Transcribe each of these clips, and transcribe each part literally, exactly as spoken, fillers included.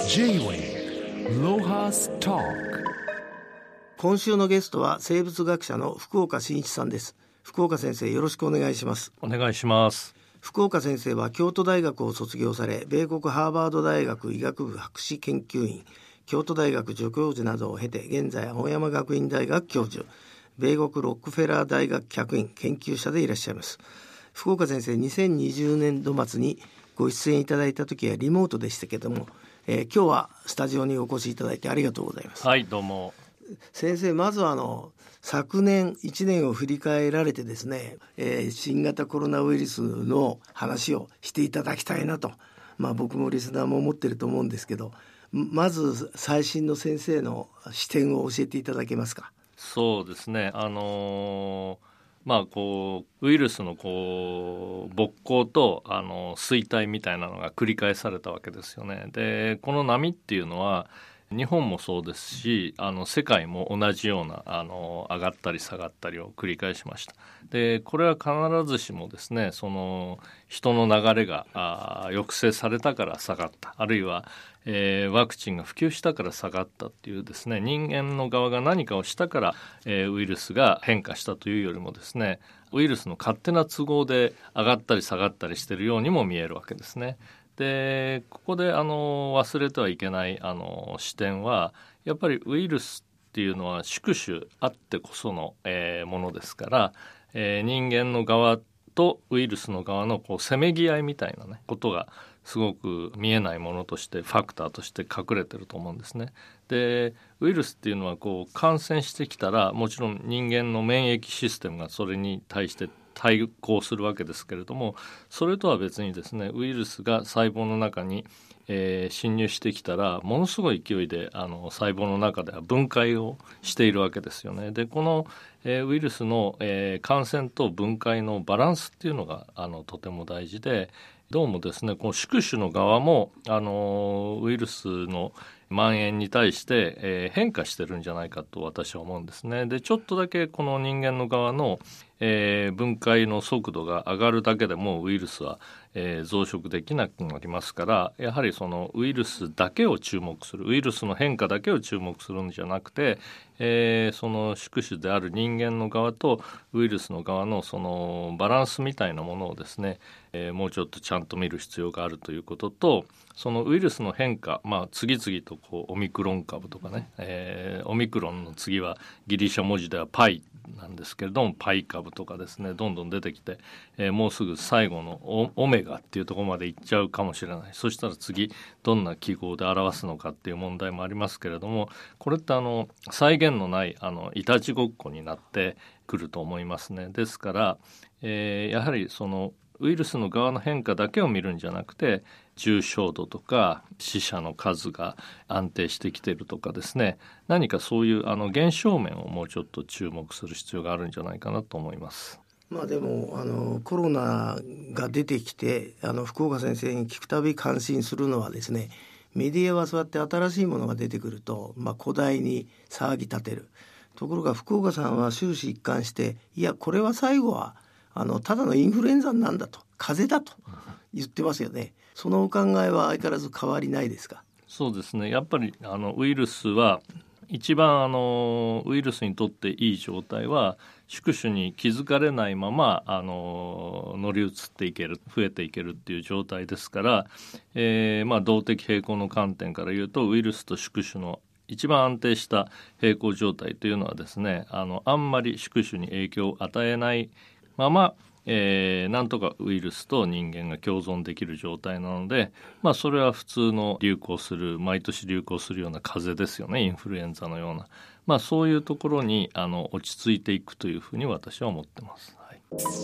J-Wave ロハストーク。 今週のゲストは生物学者の福岡伸一さんです。福岡先生、よろしくお願いします。 お願いします。 福岡先生は京都大学を卒業され、米国ハーバード大学医学部博士研究員、京都大学助教授などを経て、現在青山学院大学教授、米国ロックフェラー大学客員研究者でいらっしゃいます。福岡先生、にせんにじゅうねんど末にご出演いただいた時はリモートでしたけども、えー、今日はスタジオにお越しいただいてありがとうございます。 はい、どうも。 先生、まずはあの昨年いちねんを振り返られてですね、えー、新型コロナウイルスの話をしていただきたいなと、まあ、僕もリスナーも思ってると思うんですけど、まず最新の先生の視点を教えていただけますか。 そうですね、あのーまあ、こうウイルスのこう勃興とあの衰退みたいなのが繰り返されたわけですよね。で、この波っていうのは日本もそうですし、あの世界も同じようなあの上がったり下がったりを繰り返しました。で、これは必ずしもですね、その人の流れがあ抑制されたから下がった、あるいは、えー、ワクチンが普及したから下がったっていうですね、人間の側が何かをしたから、えー、ウイルスが変化したというよりもですね、ウイルスの勝手な都合で上がったり下がったりしているようにも見えるわけですね。で、ここであの忘れてはいけないあの視点は、やっぱりウイルスっていうのは宿主あってこその、えー、ものですから、えー、人間の側とウイルスの側のこうせめぎ合いみたいな、ね、ことがすごく見えないものとしてファクターとして隠れてると思うんですね。で、ウイルスっていうのはこう感染してきたら、もちろん人間の免疫システムがそれに対して対抗するわけですけれども、それとは別にですね、ウイルスが細胞の中に、えー、侵入してきたら、ものすごい勢いであの細胞の中では分解をしているわけですよね。で、この、えー、ウイルスの、えー、感染と分解のバランスっていうのがあのとても大事で、どうもですね、この宿主の側もあのウイルスの蔓延に対して、えー、変化してるんじゃないかと私は思うんですね。で、ちょっとだけこの人間の側の、えー、分解の速度が上がるだけでもウイルスは、えー、増殖できなくなりますから、やはりそのウイルスだけを注目する、ウイルスの変化だけを注目するんじゃなくて、えー、その宿主である人間の側とウイルスの側のそのバランスみたいなものをですね、えー、もうちょっとちゃんと見る必要があるということと、そのウイルスの変化、まあ、次々とこうオミクロン株とかね、えー、オミクロンの次はギリシャ文字ではパイなんですけれども、パイ株とかですね、どんどん出てきて、えー、もうすぐ最後の オ, オメガっていうところまで行っちゃうかもしれない。そしたら次どんな記号で表すのかっていう問題もありますけれども、これってあの際限のないあのいたちごっこになってくると思いますね。ですから、えー、やはりそのウイルスの側の変化だけを見るんじゃなくて、重症度とか死者の数が安定してきているとかですね、何かそういうあの現象面をもうちょっと注目する必要があるんじゃないかなと思います。 まあ、でもあのコロナが出てきて、あの福岡先生に聞くたび感心するのはですね、メディアはそうやって新しいものが出てくると、まあ、古代に騒ぎ立てる。ところが福岡さんは終始一貫して、いやこれは最後はあのただのインフルエンザなんだと、風邪だと言ってますよね。そのお考えは相変わらず変わりないですか。 そうですね、やっぱりあのウイルスは一番あのウイルスにとっていい状態は、宿主に気づかれないままあの乗り移っていける、増えていけるっていう状態ですから、えーまあ、動的平衡の観点から言うと、ウイルスと宿主の一番安定した平衡状態というのはですね、あのあんまり宿主に影響を与えないまま、えー、なんとかウイルスと人間が共存できる状態なので、まあ、それは普通の流行する、毎年流行するような風邪ですよね、インフルエンザのような、まあ、そういうところにあの落ち着いていくというふうに私は思ってます。はい、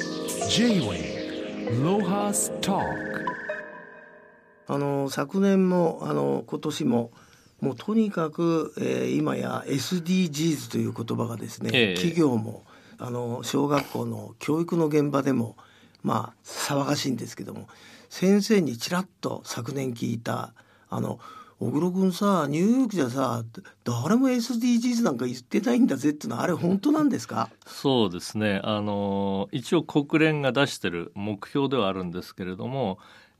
J-Wave ロハストーク。 あの昨年もあの今年ももうとにかく、えー、今や エスディージーズ という言葉がですね、えー、企業もあの小学校の教育の現場でもまあ騒がしいんですけども、先生にちらっと昨年聞いた、あの小黒君さ、ニューヨークじゃさ誰も エスディージーズ なんか言ってないんだぜってのは、あれ本当なんですか。 そうですね、あの一応国連が出してる目標ではあるんですけれども、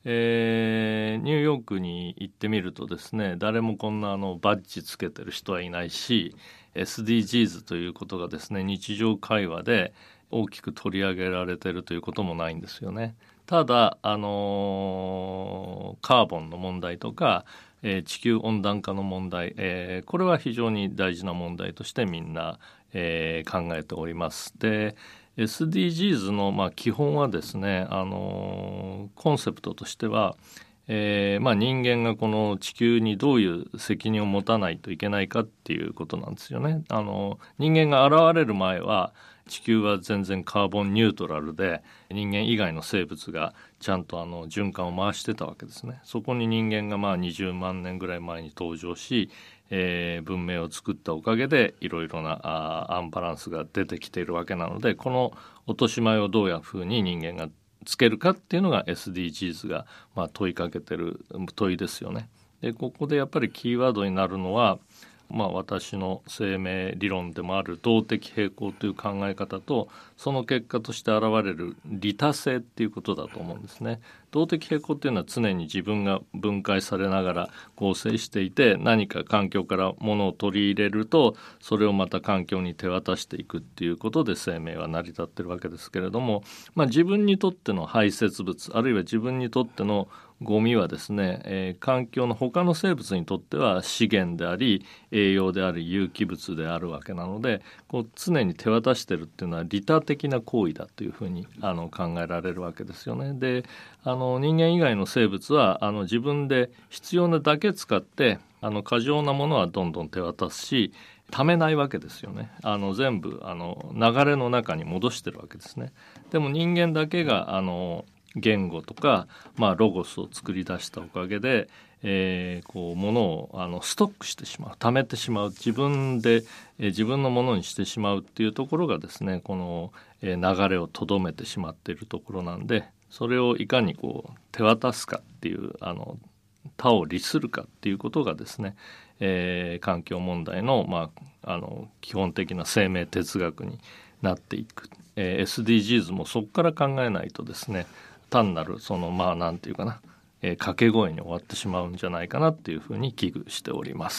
えー、ニューヨークに行ってみるとですね、誰もこんなあのバッジつけてる人はいないし、 エスディージーズ ということがですね、日常会話で大きく取り上げられているということもないんですよね。ただ、あのー、カーボンの問題とか、えー、地球温暖化の問題、えー、これは非常に大事な問題としてみんな、えー、考えております。で、エスディージーズ のまあ基本はですね、あのー、コンセプトとしては、えーまあ、人間がこの地球にどういう責任を持たないといけないかっていうことなんですよね。あの人間が現れる前は地球は全然カーボンニュートラルで、人間以外の生物がちゃんとあの循環を回してたわけですね。そこに人間がまあにじゅうまんねんぐらい前に登場し、えー、文明を作ったおかげでいろいろなあアンバランスが出てきているわけなので、この落とし前をどういうふうに人間がつけるかっていうのが エスディージーズ がまあ問いかけてる問いですよね。でここでやっぱりキーワードになるのは、まあ、私の生命理論でもある動的平衡という考え方と、その結果として現れる利他性っていうことだと思うんですね。動的平衡っていうのは常に自分が分解されながら構成していて、何か環境から物を取り入れるとそれをまた環境に手渡していくっていうことで生命は成り立ってるわけですけれども、まあ、自分にとっての排泄物、あるいは自分にとってのゴミはですね、えー、環境の他の生物にとっては資源であり栄養であり有機物であるわけなので、こう常に手渡してるっていうのは利他的な行為だというふうにあの考えられるわけですよね。で、あの人間以外の生物はあの自分で必要なだけ使って、あの過剰なものはどんどん手渡すし、ためないわけですよね。あの全部あの流れの中に戻してるわけですね。でも人間だけがあの言語とか、まあ、ロゴスを作り出したおかげで、えー、こう物をあのストックしてしまう、貯めてしまう、自分で、えー、自分のものにしてしまうっていうところがですね、この、えー、流れをとどめてしまっているところなんで、それをいかにこう手渡すかっていう、あの他を利するかっていうことがですね、えー、環境問題の、まあ、あの基本的な生命哲学になっていく、えー、エスディージーズ もそこから考えないとですね、単なるそのまあなんていうかな、えー、掛け声に終わってしまうんじゃないかなっていうふうに危惧しております。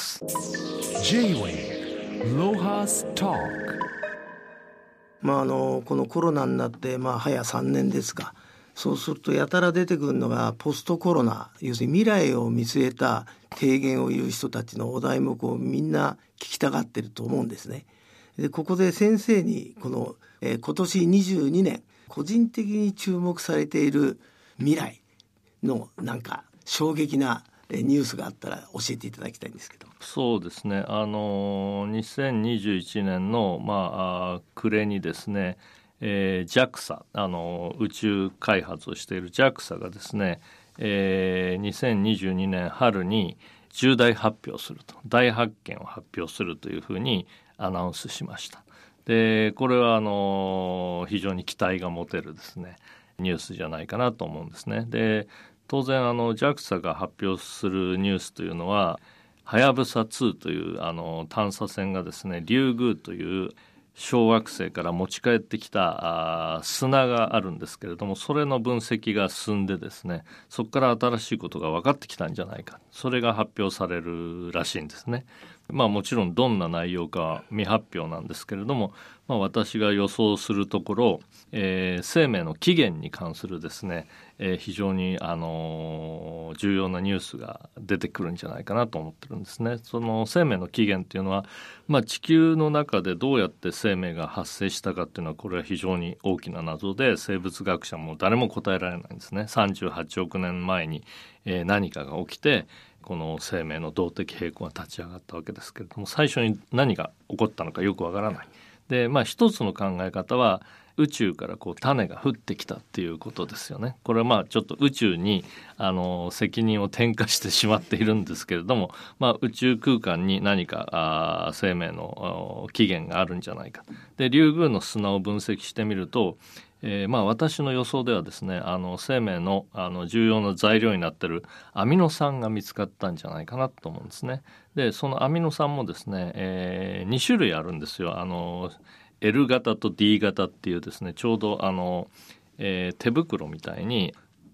J-Way ロハストーク。 まああのこのコロナになってまあ早さんねんですか。そうするとやたら出てくるのがポストコロナ、要するに未来を見据えた提言を言う人たちのお題目をみんな聞きたがってると思うんですね。でここで先生にこの、えー、今年にじゅうにねん個人的に注目されている未来のなんか衝撃なニュースがあったら教えていただきたいんですけど。 そうですね、あのにせんにじゅういちねんの、まあ、暮れにですね、えー、ジャクサ、あの宇宙開発をしている ジャクサ がですね、えー、にせんにじゅうにねん春に重大発表すると、大発見を発表するというふうにアナウンスしました。でこれはあの非常に期待が持てるですねニュースじゃないかなと思うんですね。で当然あの ジャクサ が発表するニュースというのは、はやぶさツーというあの探査船がですね、リュウグウという小惑星から持ち帰ってきたあ砂があるんですけれども、それの分析が進んでですね、そこから新しいことが分かってきたんじゃないか、それが発表されるらしいんですね。まあもちろんどんな内容かは未発表なんですけれども、まあ、私が予想するところ、えー、生命の起源に関するですね、えー、非常に、あのー、重要なニュースが出てくるんじゃないかなと思ってるんですね。その生命の起源っていうのは、まあ、地球の中でどうやって生命が発生したかっていうのは、これは非常に大きな謎で、生物学者も誰も答えられないんですね。さんじゅうはちおくねんまえに、えー、何かが起きてこの生命の動的平衡が立ち上がったわけですけれども、最初に何が起こったのかよくわからない。で、まあ、一つの考え方は宇宙からこう種が降ってきたっていうことですよね。これはまあちょっと宇宙にあの責任を転嫁してしまっているんですけれども、まあ、宇宙空間に何かあ生命の起源があるんじゃないか。でリュウグウの砂を分析してみると、えー、まあ私の予想ではですね、あの生命の、あの重要な材料になっているアミノ酸が見つかったんじゃないかなと思うんですね。でそのアミノ酸もですね、えー、にしゅるいあるんですよ。あの エル 型と ディー 型っていうですね、ちょうどあの、えー、手袋みたいに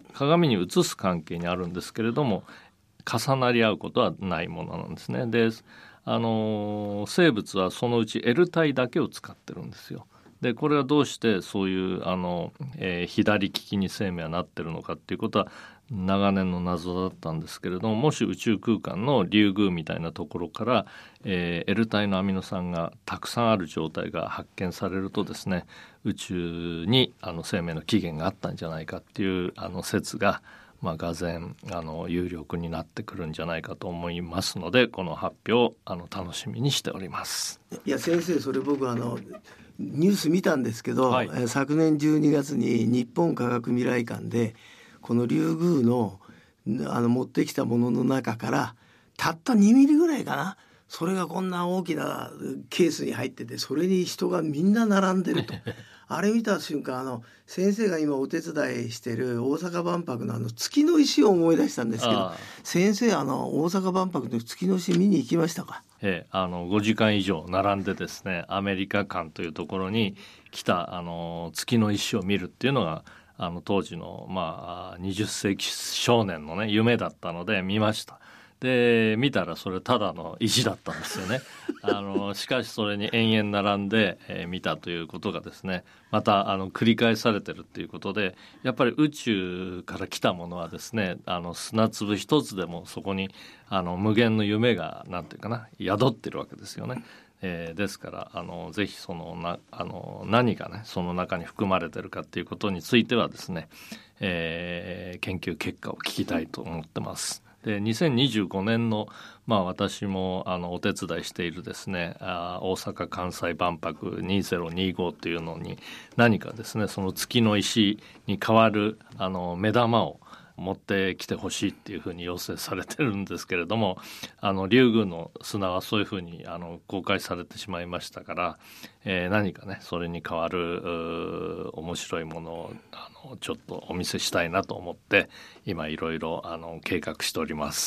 鏡に映す関係にあるんですけれども、重なり合うことはないものなんですね。で、あの生物はそのうち L 体だけを使ってるんですよ。でこれはどうしてそういうあの、えー、左利きに生命はなってるのかっていうことは長年の謎だったんですけれども、もし宇宙空間のリュウグウみたいなところから、えー、L 体のアミノ酸がたくさんある状態が発見されるとですね、宇宙にあの生命の起源があったんじゃないかっていうあの説が、まあ、がぜんあの有力になってくるんじゃないかと思いますので、この発表をあの楽しみにしております。 いや先生、それ僕あのニュース見たんですけど、はい、昨年じゅうにがつに日本科学未来館でこのリュウグウのあの持ってきたものの中からたったにミリぐらいかな、それがこんな大きなケースに入ってて、それに人がみんな並んでるとあれ見た瞬間、あの先生が今お手伝いしてる大阪万博のあの月の石を思い出したんですけど、先生あの大阪万博の月の石見に行きましたか？ ええ、あのごじかん以上並んでですね、アメリカ館というところに来たあの月の石を見るっていうのがあの当時の、まあ、にじゅっせいき少年の、ね、夢だったので見ました。で見たらそれただの石だったんですよね。あのしかしそれに延々並んで、えー、見たということがですね、またあの繰り返されてるっていうことで、やっぱり宇宙から来たものはですね、あの砂粒一つでもそこにあの無限の夢がなんていうかな宿ってるわけですよね。えー、ですからあのぜひそのなあの何がねその中に含まれてるかっていうことについてはですね、えー、研究結果を聞きたいと思ってます。でにせんにじゅうごねんの、まあ、私もあのお手伝いしているですね、あ大阪・関西万博にせんにじゅうごというのに何かですね、その月の石に代わるあの目玉を持ってきてほしいっていうふうに要請されてるんですけれども、あのリュウグウの砂はそういうふうにあの公開されてしまいましたから、えー、何かねそれに代わる面白いものをあのちょっとお見せしたいなと思って今いろいろあの計画しております。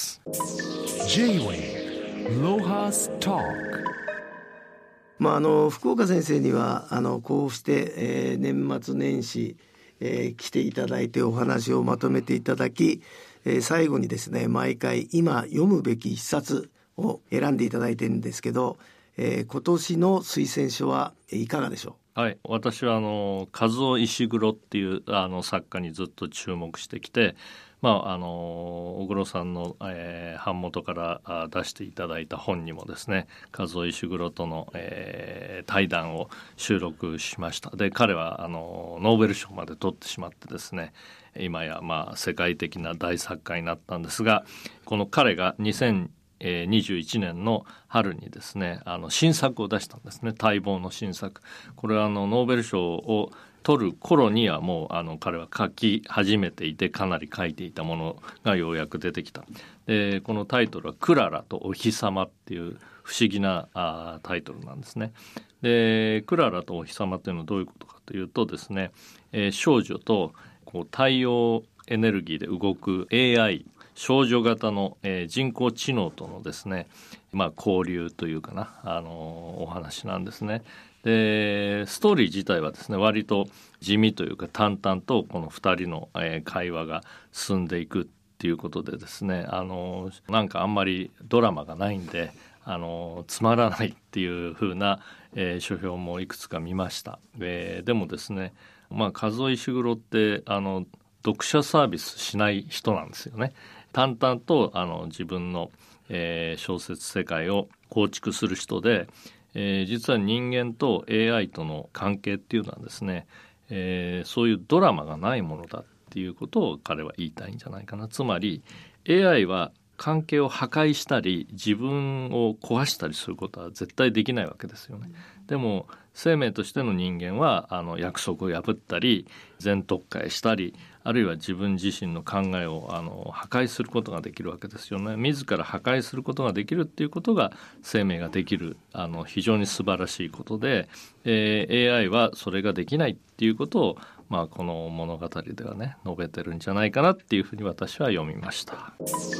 J-Wave ロハストーク。 まあ、あの福岡先生にはあのこうして、えー、年末年始えー、来ていただいてお話をまとめていただき、えー、最後にですね毎回今読むべき一冊を選んでいただいてるんですけど、えー、今年の推薦書はいかがでしょう？はい、私はあの和夫石黒っていうあの作家にずっと注目してきて、まあ、あの小黒さんの、えー、版元から出していただいた本にもですね和夫石黒との、えー、対談を収録しました。で彼はあのノーベル賞まで取ってしまってですね、今やまあ世界的な大作家になったんですが、この彼がにせんにじゅういちねんの春にですねあの新作を出したんですね。待望の新作。これはあのノーベル賞を取る頃にはもうあの彼は書き始めていて、かなり書いていたものがようやく出てきた。でこのタイトルはクララとお日様っていう不思議なあタイトルなんですね。でクララとお日様っていうのはどういうことかというとですね、えー、少女とこう太陽エネルギーで動く エーアイ少女型の、えー、人工知能とのですね、まあ、交流というかな、あのー、お話なんですね。でストーリー自体はですね割と地味というか淡々とこのふたりの、えー、会話が進んでいくっていうことでですね、あのー、なんかあんまりドラマがないんで、あのー、つまらないっていう風な、えー、書評もいくつか見ました。えー、でもですね、まあ、和夫石黒ってあの読者サービスしない人なんですよね。淡々とあの自分の、えー、小説世界を構築する人で、えー、実は人間と エーアイ との関係っていうのはですね、えー、そういうドラマがないものだっていうことを彼は言いたいんじゃないかな。つまり エーアイ は関係を破壊したり自分を壊したりすることは絶対できないわけですよね。でも生命としての人間はあの約束を破ったり全特会したり、あるいは自分自身の考えをあの破壊することができるわけですよね。自ら破壊することができるっていうことが生命ができるあの非常に素晴らしいことで、えー、エーアイ はそれができないっていうことを、まあ、この物語ではね述べてるんじゃないかなっていうふうに私は読みました。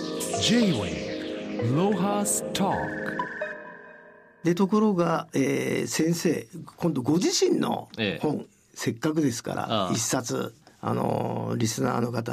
J-Wave ロハストーク。 でところが、えー、先生今度ご自身の本、ええ、せっかくですから一冊あのリスナーの方に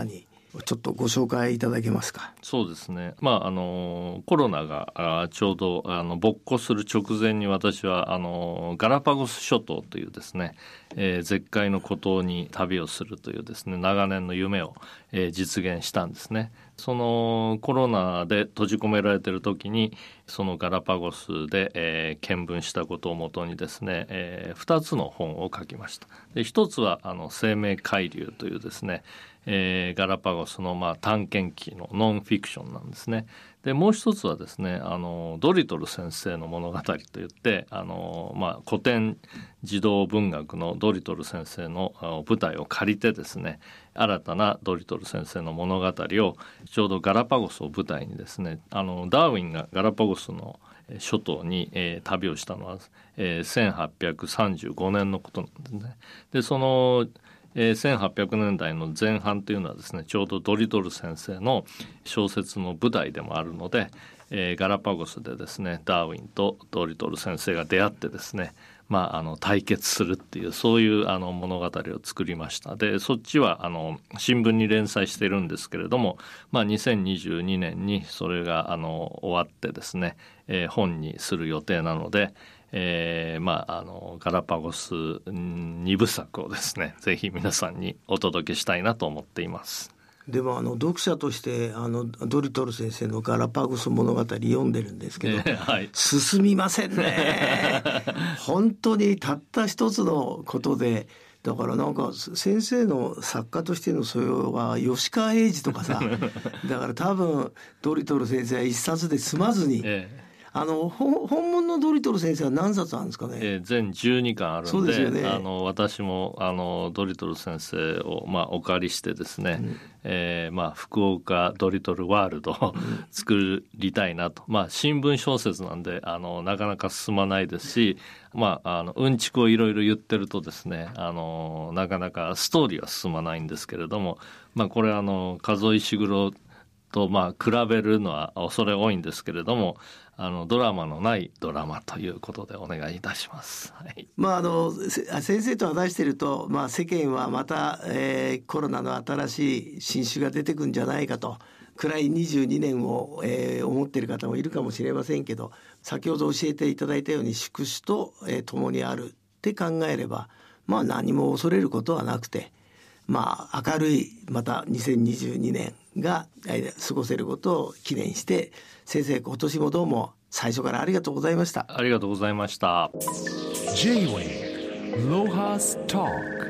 ちょっとご紹介いただけますか。 そうですね、まあ、あのコロナがちょうどあの勃興する直前に私はあのガラパゴス諸島というですね、えー、絶海の孤島に旅をするというですね長年の夢を、えー、実現したんですね。そのコロナで閉じ込められている時にそのガラパゴスで、えー、見聞したことをもとにですね、えー、ふたつの本を書きました。でひとつはあの生命海流というですね、えー、ガラパゴスのまあ探検記のノンフィクションなんですね。でもう一つはですねあのドリトル先生の物語といってあの、まあ、古典児童文学のドリトル先生の舞台を借りてですね新たなドリトル先生の物語をちょうどガラパゴスを舞台にですねあのダーウィンがガラパゴスの諸島に、えー、旅をしたのは、えー、せんはっぴゃくさんじゅうごねんのことなんですね。でそのえー、せんはっぴゃくねんだいの前半というのはですねちょうどドリトル先生の小説の舞台でもあるので、えー、ガラパゴスでですねダーウィンとドリトル先生が出会ってですね、まあ、あの対決するっていうそういうあの物語を作りました。でそっちはあの新聞に連載しているんですけれども、まあ、にせんにじゅうにねんにそれがあの終わってですね、えー、本にする予定なのでえーまあ、あのガラパゴスにぶさくをですねぜひ皆さんにお届けしたいなと思っています。 でもあの読者としてあのドリトル先生のガラパゴス物語読んでるんですけど、えーはい、進みませんね本当にたった一つのことでだからなんか先生の作家としての素養は吉川英治とかさだから多分ドリトル先生は一冊で済まずに、えーあの本物のドリトル先生は何冊あるんですかね。 えー、全じゅうにかんあるん で, で、ね、 あの私もあのドリトル先生を、まあ、お借りしてですね、うんえーまあ、福岡ドリトルワールドを作りたいなと、まあ、新聞小説なんであのなかなか進まないですし、まあ、あのうんちくをいろいろ言ってるとですねあのなかなかストーリーは進まないんですけれども、まあ、これあの数石黒とまあ比べるのは恐れ多いんですけれどもあのドラマのないドラマということでお願いいたします、はい。 まあ、あの先生と話していると、まあ、世間はまた、えー、コロナの新しい新種が出てくるんじゃないかと暗いにじゅうにねんを、えー、思っている方もいるかもしれませんけど先ほど教えていただいたように宿主と、えー、共にあるって考えれば、まあ、何も恐れることはなくて、まあ、明るいまたにせんにじゅうにねんが過ごせることを記念して先生今年もどうも最初からありがとうございました。 ありがとうございました。 J-Wave ロハストーク